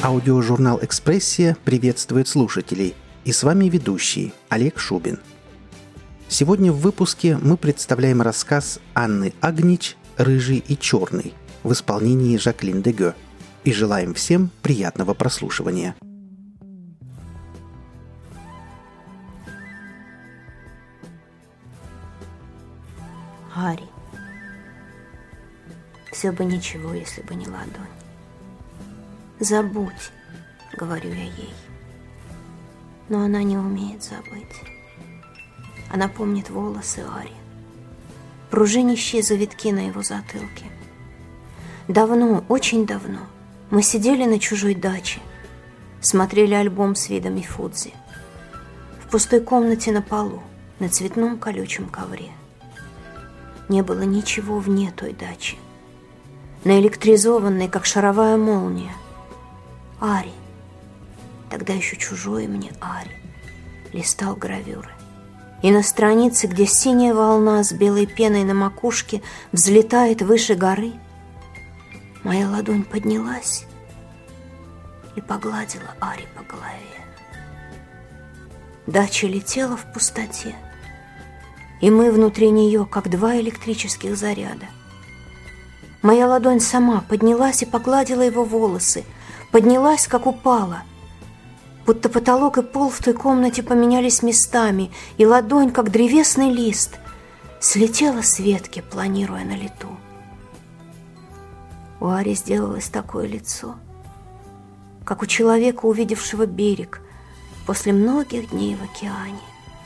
Аудиожурнал «Экспрессия» приветствует слушателей. И с вами ведущий Олег Шубин. Сегодня в выпуске мы представляем рассказ Анны Агнич «Рыжий и черный» в исполнении Жаклин Дегё и желаем всем приятного прослушивания. Ари. Все бы ничего, если бы не ладонь. Забудь, говорю я ей. Но она не умеет забыть. Она помнит волосы Ари, пружинищие завитки на его затылке. Давно, очень давно мы сидели на чужой даче, смотрели альбом с видами Фудзи. В пустой комнате на полу, на цветном колючем ковре. Не было ничего вне той дачи. Наэлектризованной, как шаровая молния. Ари, тогда еще чужой мне Ари, листал гравюры. И на странице, где синяя волна с белой пеной на макушке взлетает выше горы, моя ладонь поднялась и погладила Ари по голове. Дача летела в пустоте, и мы внутри нее, как два электрических заряда. Моя ладонь сама поднялась и погладила его волосы, поднялась, как упала. Будто потолок и пол в той комнате поменялись местами, и ладонь, как древесный лист, слетела с ветки, планируя на лету. У Ари сделалось такое лицо, как у человека, увидевшего берег после многих дней в океане.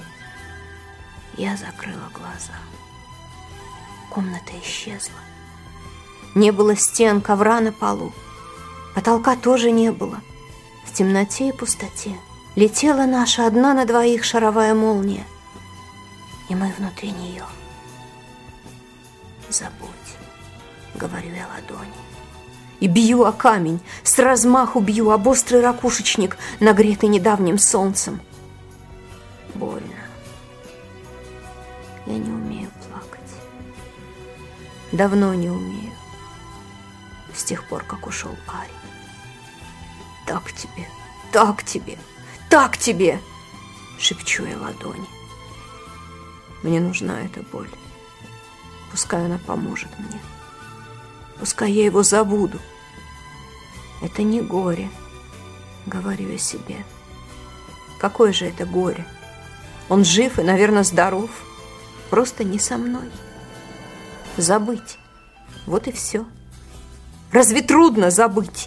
Я закрыла глаза. Комната исчезла. Не было стен, ковра на полу. Потолка тоже не было. В темноте и пустоте летела наша одна на двоих шаровая молния. И мы внутри нее. Забудь, говорю я ладони. И бью о камень, с размаху бью об острый ракушечник, нагретый недавним солнцем. Больно. Я не умею плакать. Давно не умею. С тех пор, как ушел Ари. Так тебе, так тебе, так тебе, шепчу я ладони. Мне нужна эта боль. Пускай она поможет мне. Пускай я его забуду. Это не горе, говорю я себе. Какое же это горе? Он жив и, наверное, здоров. Просто не со мной. Забыть. Вот и все. Разве трудно забыть?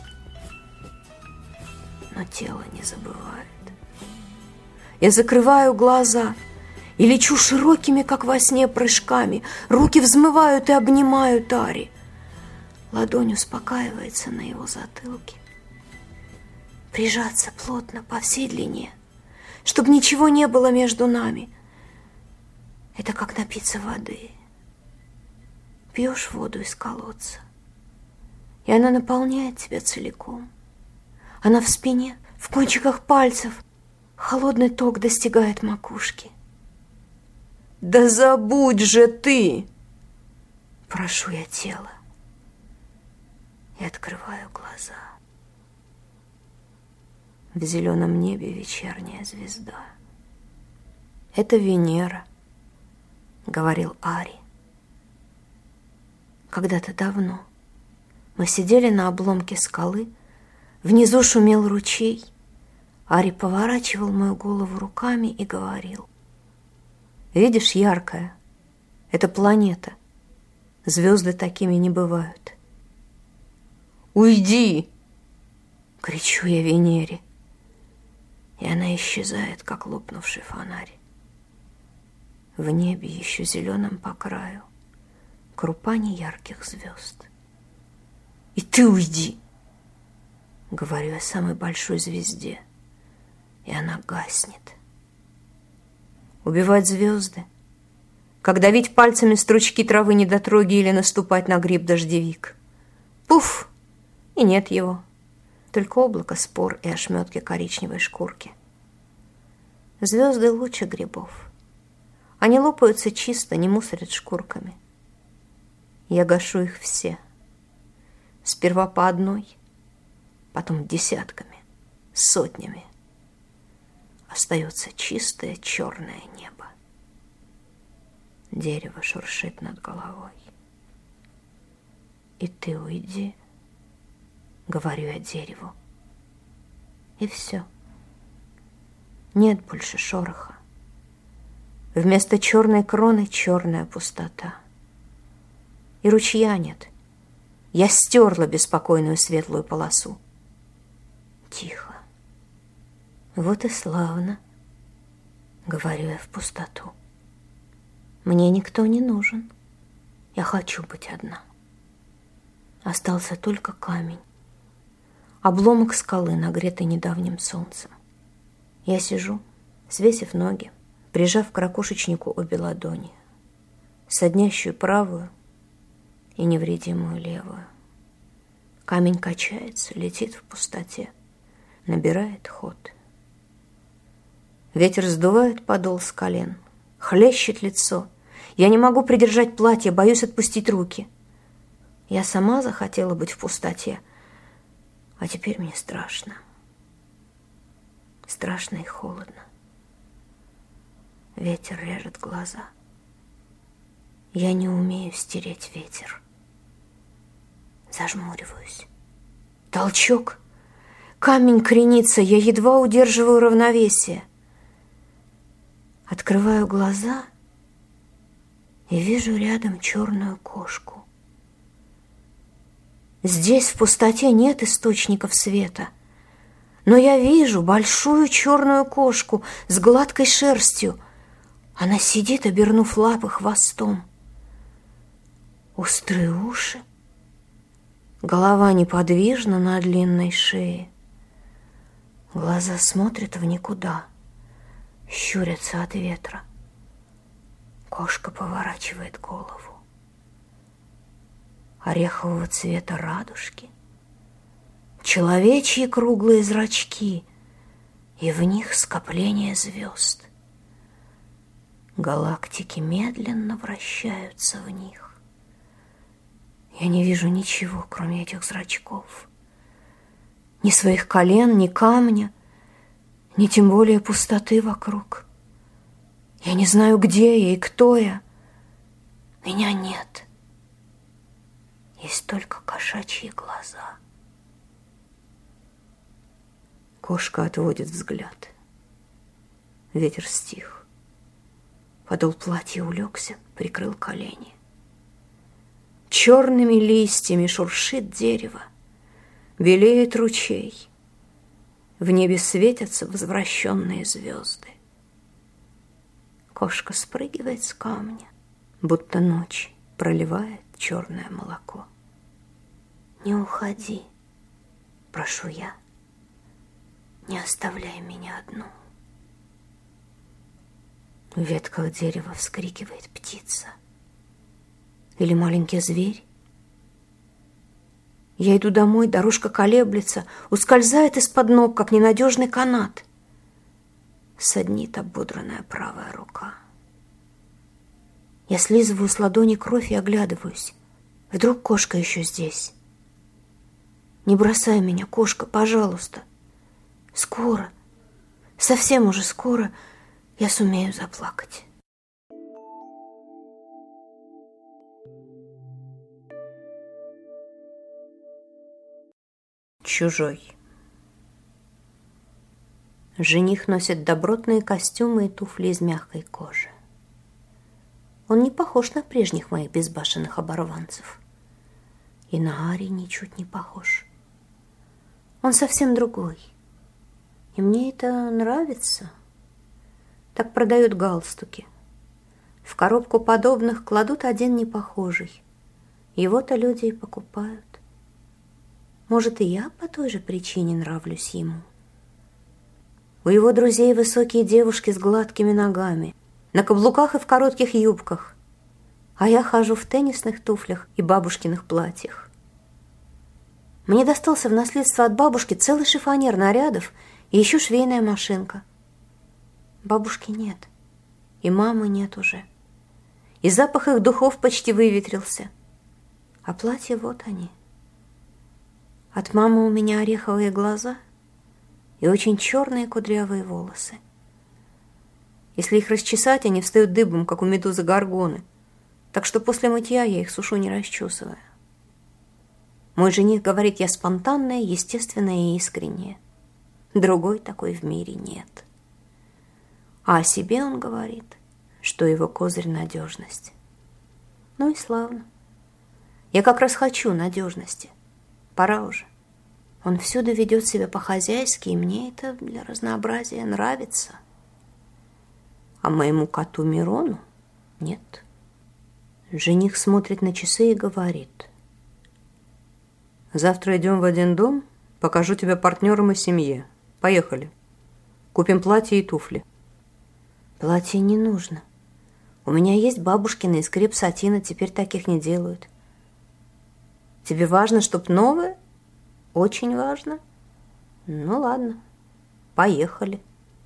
Но тело не забывает. Я закрываю глаза и лечу широкими, как во сне, прыжками. Руки взмывают и обнимают Ари. Ладонь успокаивается на его затылке. Прижаться плотно по всей длине, чтобы ничего не было между нами. Это как напиться воды. Пьешь воду из колодца, и она наполняет тебя целиком. Она в спине, в кончиках пальцев. Холодный ток достигает макушки. Да забудь же ты! Прошу я тело и открываю глаза. В зеленом небе вечерняя звезда. Это Венера, говорил Ари. Когда-то давно мы сидели на обломке скалы, внизу шумел ручей. Ари поворачивал мою голову руками и говорил: видишь, яркая, это планета. Звезды такими не бывают. Уйди! Кричу я Венере, и она исчезает, как лопнувший фонарь. В небе еще зеленым по краю крупа неярких звезд. И ты уйди, говорю я самой большой звезде, и она гаснет. Убивать звезды, как давить пальцами стручки травы недотроги или наступать на гриб-дождевик. Пуф! И нет его, только облако спор и ошметки коричневой шкурки. Звезды лучше грибов. Они лопаются чисто, не мусорят шкурками. Я гашу их все. Сперва по одной, потом десятками, сотнями. Остается чистое черное небо. Дерево шуршит над головой. И ты уйди, говорю я дереву. И все. Нет больше шороха. Вместо черной кроны черная пустота. И ручья нет. Я стерла беспокойную светлую полосу. Тихо. Вот и славно, говорю я в пустоту. Мне никто не нужен. Я хочу быть одна. Остался только камень. Обломок скалы, нагретый недавним солнцем. Я сижу, свесив ноги, прижав к ракушечнику обе ладони, соднящую правую и невредимую левую. Камень качается, летит в пустоте, набирает ход. Ветер сдувает подол с колен, хлещет лицо. Я не могу придержать платье, боюсь отпустить руки. Я сама захотела быть в пустоте, а теперь мне страшно. Страшно и холодно. Ветер режет глаза. Я не умею стереть ветер. Зажмуриваюсь. Толчок. Камень кренится, я едва удерживаю равновесие. Открываю глаза и вижу рядом черную кошку. Здесь в пустоте нет источников света, но я вижу большую черную кошку с гладкой шерстью. Она сидит, обернув лапы хвостом. Острые уши, голова неподвижна на длинной шее. Глаза смотрят в никуда, щурятся от ветра. Кошка поворачивает голову. Орехового цвета радужки, человечьи круглые зрачки, и в них скопление звезд. Галактики медленно вращаются в них. Я не вижу ничего, кроме этих зрачков. Ни своих колен, ни камня, ни тем более пустоты вокруг. Я не знаю, где я и кто я. Меня нет. Есть только кошачьи глаза. Кошка отводит взгляд. Ветер стих. Подол платья улегся, прикрыл колени. Черными листьями шуршит дерево, белеет ручей. В небе светятся возвращенные звезды. Кошка спрыгивает с камня, будто ночь проливает черное молоко. Не уходи, прошу я, не оставляй меня одну. В ветках дерева вскрикивает птица. Или маленький зверь. Я иду домой, дорожка колеблется, ускользает из-под ног, как ненадежный канат. Саднит ободранная правая рука. Я слизываю с ладони кровь и оглядываюсь. Вдруг кошка еще здесь. Не бросай меня, кошка, пожалуйста. Скоро, совсем уже скоро я сумею заплакать. Чужой. Жених носит добротные костюмы и туфли из мягкой кожи. Он не похож на прежних моих безбашенных оборванцев. И на Ари ничуть не похож. Он совсем другой. И мне это нравится. Так продают галстуки. В коробку подобных кладут один непохожий. Его-то люди и покупают. Может, и я по той же причине нравлюсь ему. У его друзей высокие девушки с гладкими ногами, на каблуках и в коротких юбках, а я хожу в теннисных туфлях и бабушкиных платьях. Мне достался в наследство от бабушки целый шифонер нарядов и еще швейная машинка. Бабушки нет, и мамы нет уже, и запах их духов почти выветрился, а платья вот они. От мамы у меня ореховые глаза и очень черные кудрявые волосы. Если их расчесать, они встают дыбом, как у медузы горгоны, так что после мытья я их сушу, не расчесывая. Мой жених говорит, я спонтанная, естественная и искренняя. Другой такой в мире нет. А о себе он говорит, что его козырь — надежность. Ну и славно. Я как раз хочу надежности. Пора уже. Он всюду ведет себя по-хозяйски, и мне это для разнообразия нравится. А моему коту Мирону нет. Жених смотрит на часы и говорит: завтра идем в один дом, покажу тебя партнерам и семье. Поехали. Купим платье и туфли. Платье не нужно. У меня есть бабушкины из креп-сатина, теперь таких не делают. Тебе важно, чтоб новое? Очень важно. Ну ладно, поехали.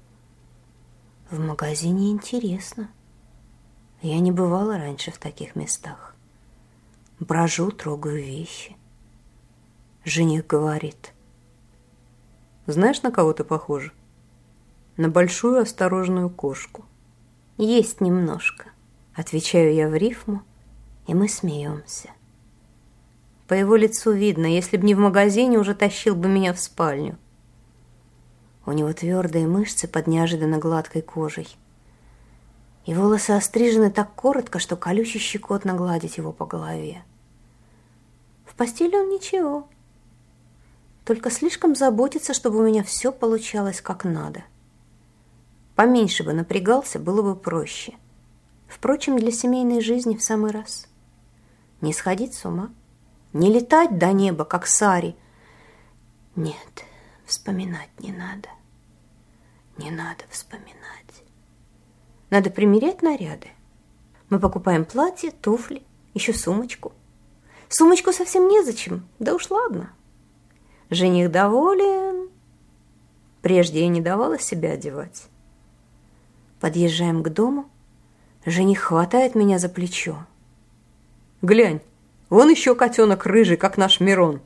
В магазине интересно. Я не бывала раньше в таких местах. Брожу, трогаю вещи. Жених говорит: знаешь, на кого ты похожа? На большую осторожную кошку. Есть немножко, отвечаю я в рифму, и мы смеемся. По его лицу видно, если б не в магазине, уже тащил бы меня в спальню. У него твердые мышцы под неожиданно гладкой кожей. И волосы острижены так коротко, что колючий щекотно гладить его по голове. В постели он ничего. Только слишком заботится, чтобы у меня все получалось как надо. Поменьше бы напрягался, было бы проще. Впрочем, для семейной жизни в самый раз. Не сходить с ума, не летать до неба, как Сари. Нет, вспоминать не надо. Не надо вспоминать. Надо примерять наряды. Мы покупаем платье, туфли, еще сумочку. Сумочку совсем незачем, да уж ладно. Жених доволен. Прежде я не давала себя одевать. Подъезжаем к дому. Жених хватает меня за плечо. Глянь, вон еще котенок рыжий, как наш Мирон.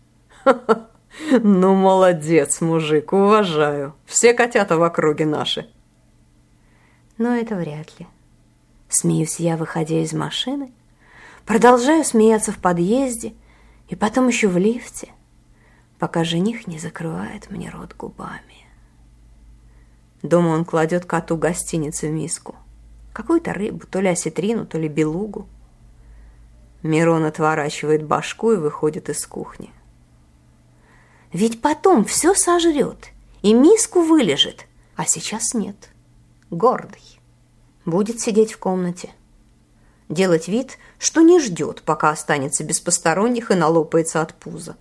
Ну, молодец, мужик, уважаю. Все котята в округе наши. Но это вряд ли. Смеюсь я, выходя из машины. Продолжаю смеяться в подъезде и потом еще в лифте, пока жених не закрывает мне рот губами. Дома он кладет коту гостиницы в миску. Какую-то рыбу, то ли осетрину, то ли белугу. Мирон отворачивает башку и выходит из кухни. Ведь потом все сожрет и миску вылежит, а сейчас нет. Гордый. Будет сидеть в комнате. Делать вид, что не ждет, пока останется без посторонних и налопается от пуза.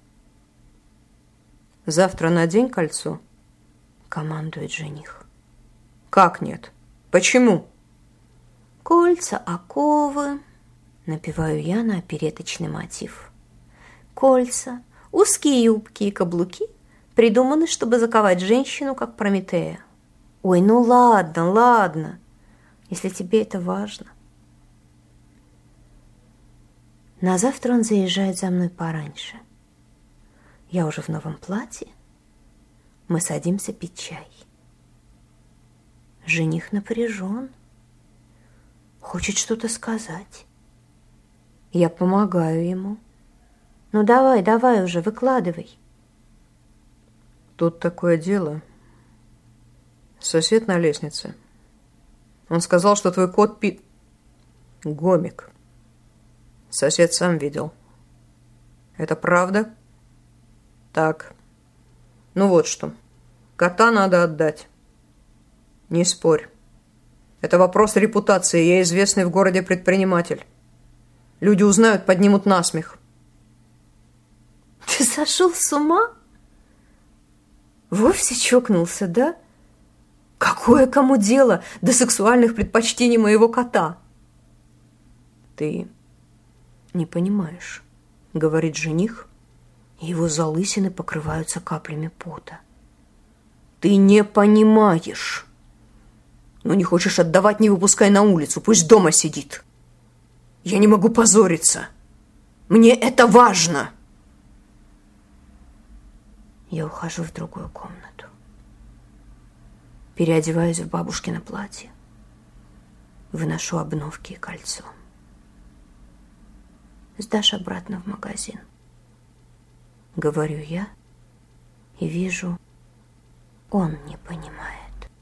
Завтра надень кольцо, командует жених. Как нет? Почему? Кольца, оковы, напеваю я на опереточный мотив. Кольца, узкие юбки и каблуки придуманы, чтобы заковать женщину, как Прометея. Ой, ну ладно, ладно, если тебе это важно. На завтра он заезжает за мной пораньше. Я уже в новом платье. Мы садимся пить чай. Жених напряжен. Хочет что-то сказать. Я помогаю ему. Ну давай, давай уже, выкладывай. Тут такое дело. Сосед на лестнице. Он сказал, что твой кот гомик. Сосед сам видел. Это правда? Так. Ну вот что. Кота надо отдать. Не спорь. Это вопрос репутации. Я известный в городе предприниматель. Люди узнают, поднимут насмех. Ты сошел с ума? Вовсе чокнулся, да? Какое кому дело до сексуальных предпочтений моего кота? Ты не понимаешь, говорит жених, и его залысины покрываются каплями пота. Ты не понимаешь. Ну, не хочешь отдавать, не выпускай на улицу, пусть дома сидит. Я не могу позориться. Мне это важно. Я ухожу в другую комнату. Переодеваюсь в бабушкино платье. Выношу обновки и кольцо. Сдашь обратно в магазин. Говорю я и вижу, он не понимает.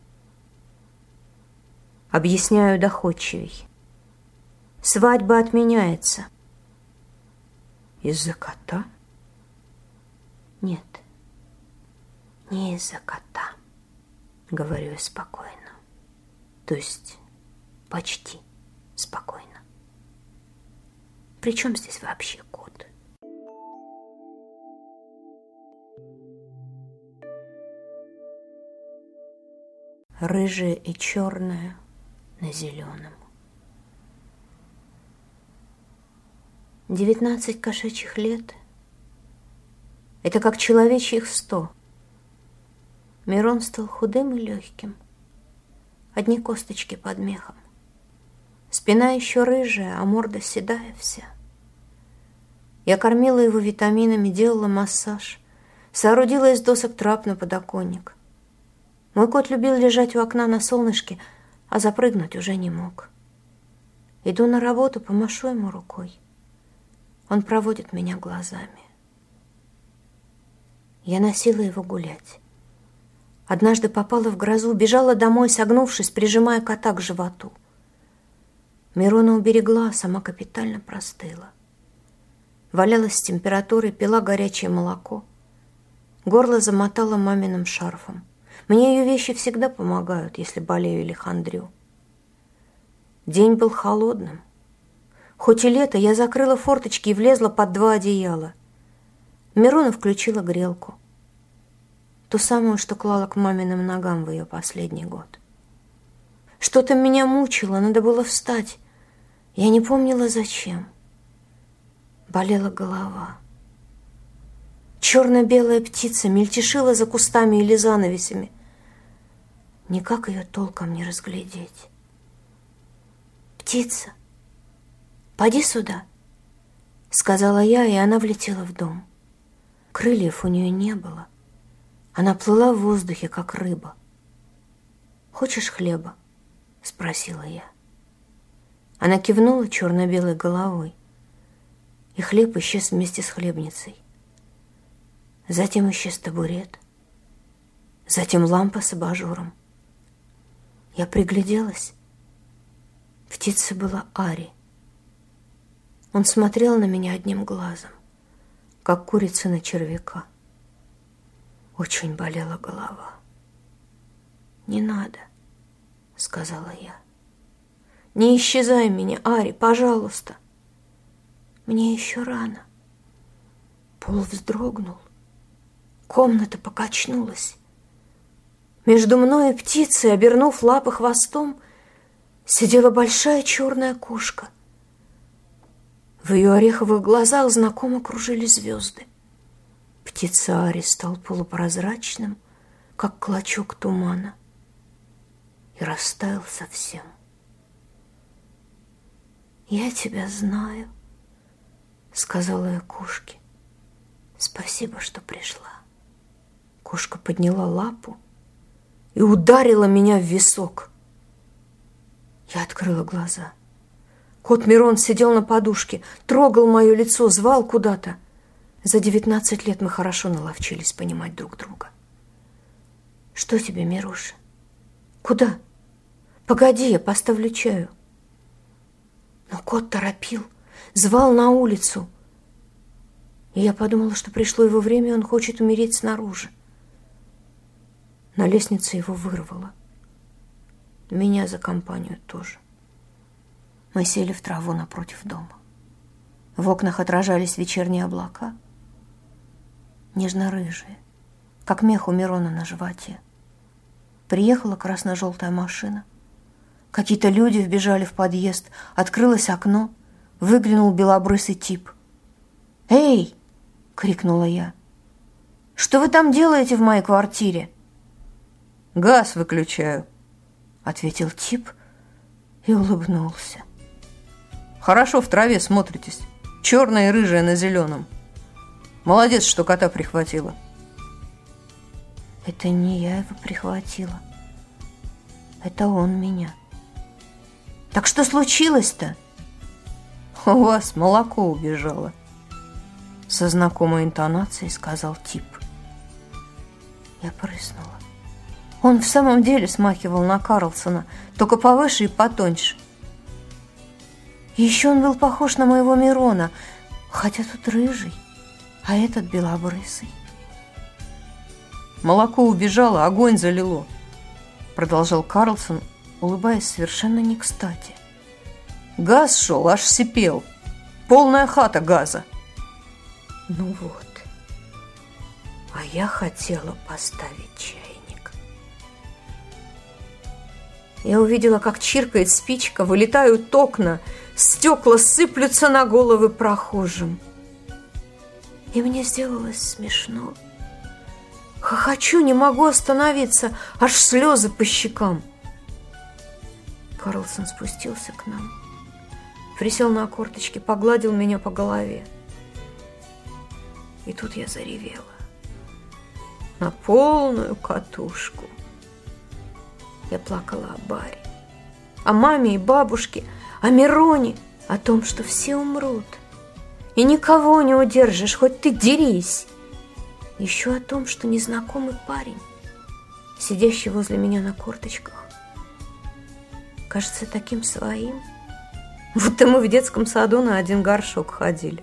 Объясняю доходчивей. Свадьба отменяется. Из-за кота? Нет, не из-за кота, говорю я спокойно. То есть почти спокойно. При чем здесь вообще кот? Рыжее и черное на зеленом. 19 кошачьих лет — это как человечьих 100. Мирон стал худым и легким. Одни косточки под мехом. Спина еще рыжая, а морда седая вся. Я кормила его витаминами, делала массаж, соорудила из досок трап на подоконник. Мой кот любил лежать у окна на солнышке, а запрыгнуть уже не мог. Иду на работу, помашу ему рукой. Он проводит меня глазами. Я носила его гулять. Однажды попала в грозу, бежала домой, согнувшись, прижимая кота к животу. Мирона уберегла, сама капитально простыла. Валялась с температурой, пила горячее молоко. Горло замотала маминым шарфом. Мне ее вещи всегда помогают, если болею или хандрю. День был холодным. Хоть и лето, я закрыла форточки и влезла под 2 одеяла. Мирона включила грелку. Ту самую, что клала к маминым ногам в ее последний год. Что-то меня мучило, надо было встать. Я не помнила, зачем. Болела голова. Черно-белая птица мельтешила за кустами или занавесями. Никак ее толком не разглядеть. «Птица, поди сюда», — сказала я, и она влетела в дом. Крыльев у нее не было. Она плыла в воздухе, как рыба. «Хочешь хлеба?» — спросила я. Она кивнула черно-белой головой, и хлеб исчез вместе с хлебницей. Затем исчез табурет, затем лампа с абажуром. Я пригляделась. Птица была Ари. Он смотрел на меня одним глазом, как курица на червяка. Очень болела голова. «Не надо», — сказала я. «Не исчезай меня, Ари, пожалуйста. Мне еще рано». Пол вздрогнул. Комната покачнулась. Между мной и птицей, обернув лапы хвостом, сидела большая черная кошка. В ее ореховых глазах знакомо кружили звезды. Птица Ари стал полупрозрачным, как клочок тумана, и растаял совсем. «Я тебя знаю», — сказала я кошке. «Спасибо, что пришла». Кошка подняла лапу и ударила меня в висок. Я открыла глаза. Кот Мирон сидел на подушке, трогал мое лицо, звал куда-то. За 19 лет мы хорошо наловчились понимать друг друга. «Что тебе, Мируша? Куда? Погоди, я поставлю чаю». Но кот торопил, звал на улицу. И я подумала, что пришло его время, и он хочет умереть снаружи. На лестнице его вырвало. Меня за компанию тоже. Мы сели в траву напротив дома. В окнах отражались вечерние облака, нежно-рыжие, как мех у Мирона на животе. Приехала красно-желтая машина. Какие-то люди вбежали в подъезд, открылось окно, выглянул белобрысый тип. «Эй!» — крикнула я. «Что вы там делаете в моей квартире?» «Газ выключаю», — ответил тип и улыбнулся. «Хорошо в траве смотритесь, черное и рыжее на зеленом. Молодец, что кота прихватила». Это не я его прихватила. Это он меня. Так что случилось-то? У вас молоко убежало. Со знакомой интонацией сказал тип. Я прыснула. Он в самом деле смахивал на Карлсона, только повыше и потоньше. И еще он был похож на моего Мирона, хотя тут рыжий, а этот белобрысый. Молоко убежало, огонь залило, продолжал Карлсон, улыбаясь совершенно не кстати. Газ шел, аж сипел. Полная хата газа. Ну вот. А я хотела поставить чайник. Я увидела, как чиркает спичка, вылетают окна, стекла сыплются на головы прохожим. И мне сделалось смешно. Хохочу, не могу остановиться, аж слезы по щекам. Карлсон спустился к нам, присел на корточки, погладил меня по голове. И тут я заревела. На полную катушку. Я плакала о Барри, о маме и бабушке, о Мироне, о том, что все умрут. И никого не удержишь, хоть ты дерись. Еще о том, что незнакомый парень, сидящий возле меня на корточках, кажется таким своим, будто мы в детском саду на один горшок ходили.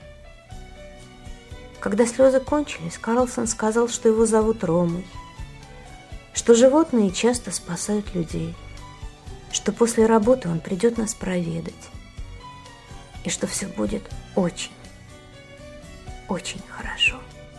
Когда слезы кончились, Карлсон сказал, что его зовут Ромой, что животные часто спасают людей, что после работы он придет нас проведать, и что все будет очень, очень хорошо.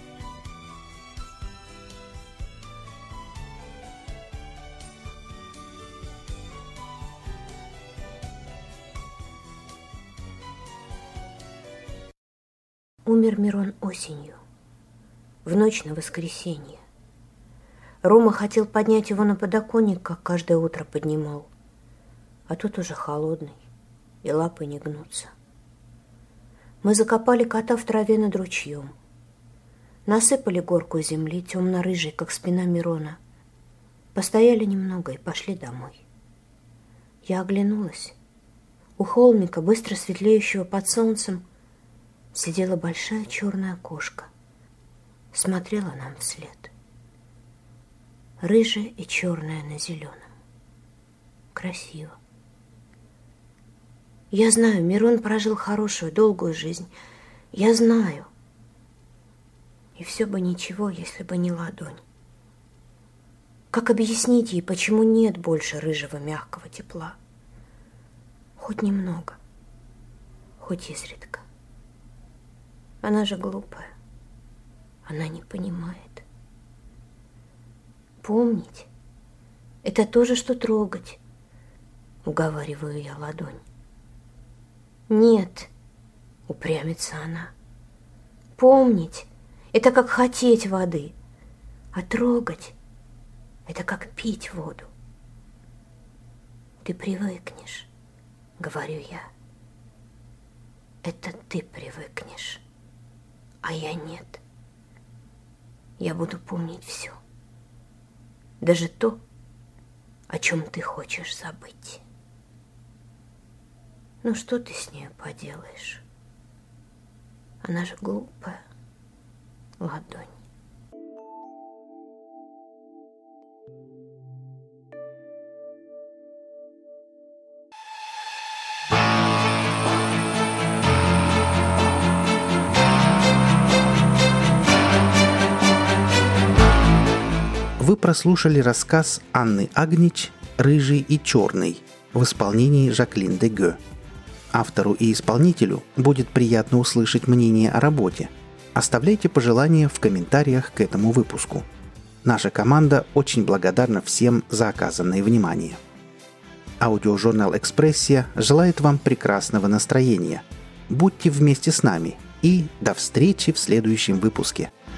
Умер Мирон осенью, в ночь на воскресенье. Рома хотел поднять его на подоконник, как каждое утро поднимал, а тут уже холодный, и лапы не гнутся. Мы закопали кота в траве над ручьем, насыпали горку земли, темно-рыжей, как спина Мирона, постояли немного и пошли домой. Я оглянулась. У холмика, быстро светлеющего под солнцем, сидела большая черная кошка, смотрела нам вслед. Рыжая и черная на зеленом. Красиво. Я знаю, Мирон прожил хорошую, долгую жизнь. Я знаю. И все бы ничего, если бы не ладонь. Как объяснить ей, почему нет больше рыжего мягкого тепла? Хоть немного, хоть изредка. Она же глупая. Она не понимает. Помнить — это то же, что трогать, уговариваю я ладонь. Нет, упрямится она. Помнить — это как хотеть воды, а трогать — это как пить воду. Ты привыкнешь, говорю я. Это ты привыкнешь, а я нет. Я буду помнить все. Даже то, о чем ты хочешь забыть. Ну что ты с ней поделаешь? Она же глупая. Ладонь. Вы прослушали рассказ Анны Агнич «Рыжий и черный» в исполнении Жаклин Дегё. Автору и исполнителю будет приятно услышать мнение о работе. Оставляйте пожелания в комментариях к этому выпуску. Наша команда очень благодарна всем за оказанное внимание. Аудиожурнал «Экспрессия» желает вам прекрасного настроения. Будьте вместе с нами и до встречи в следующем выпуске.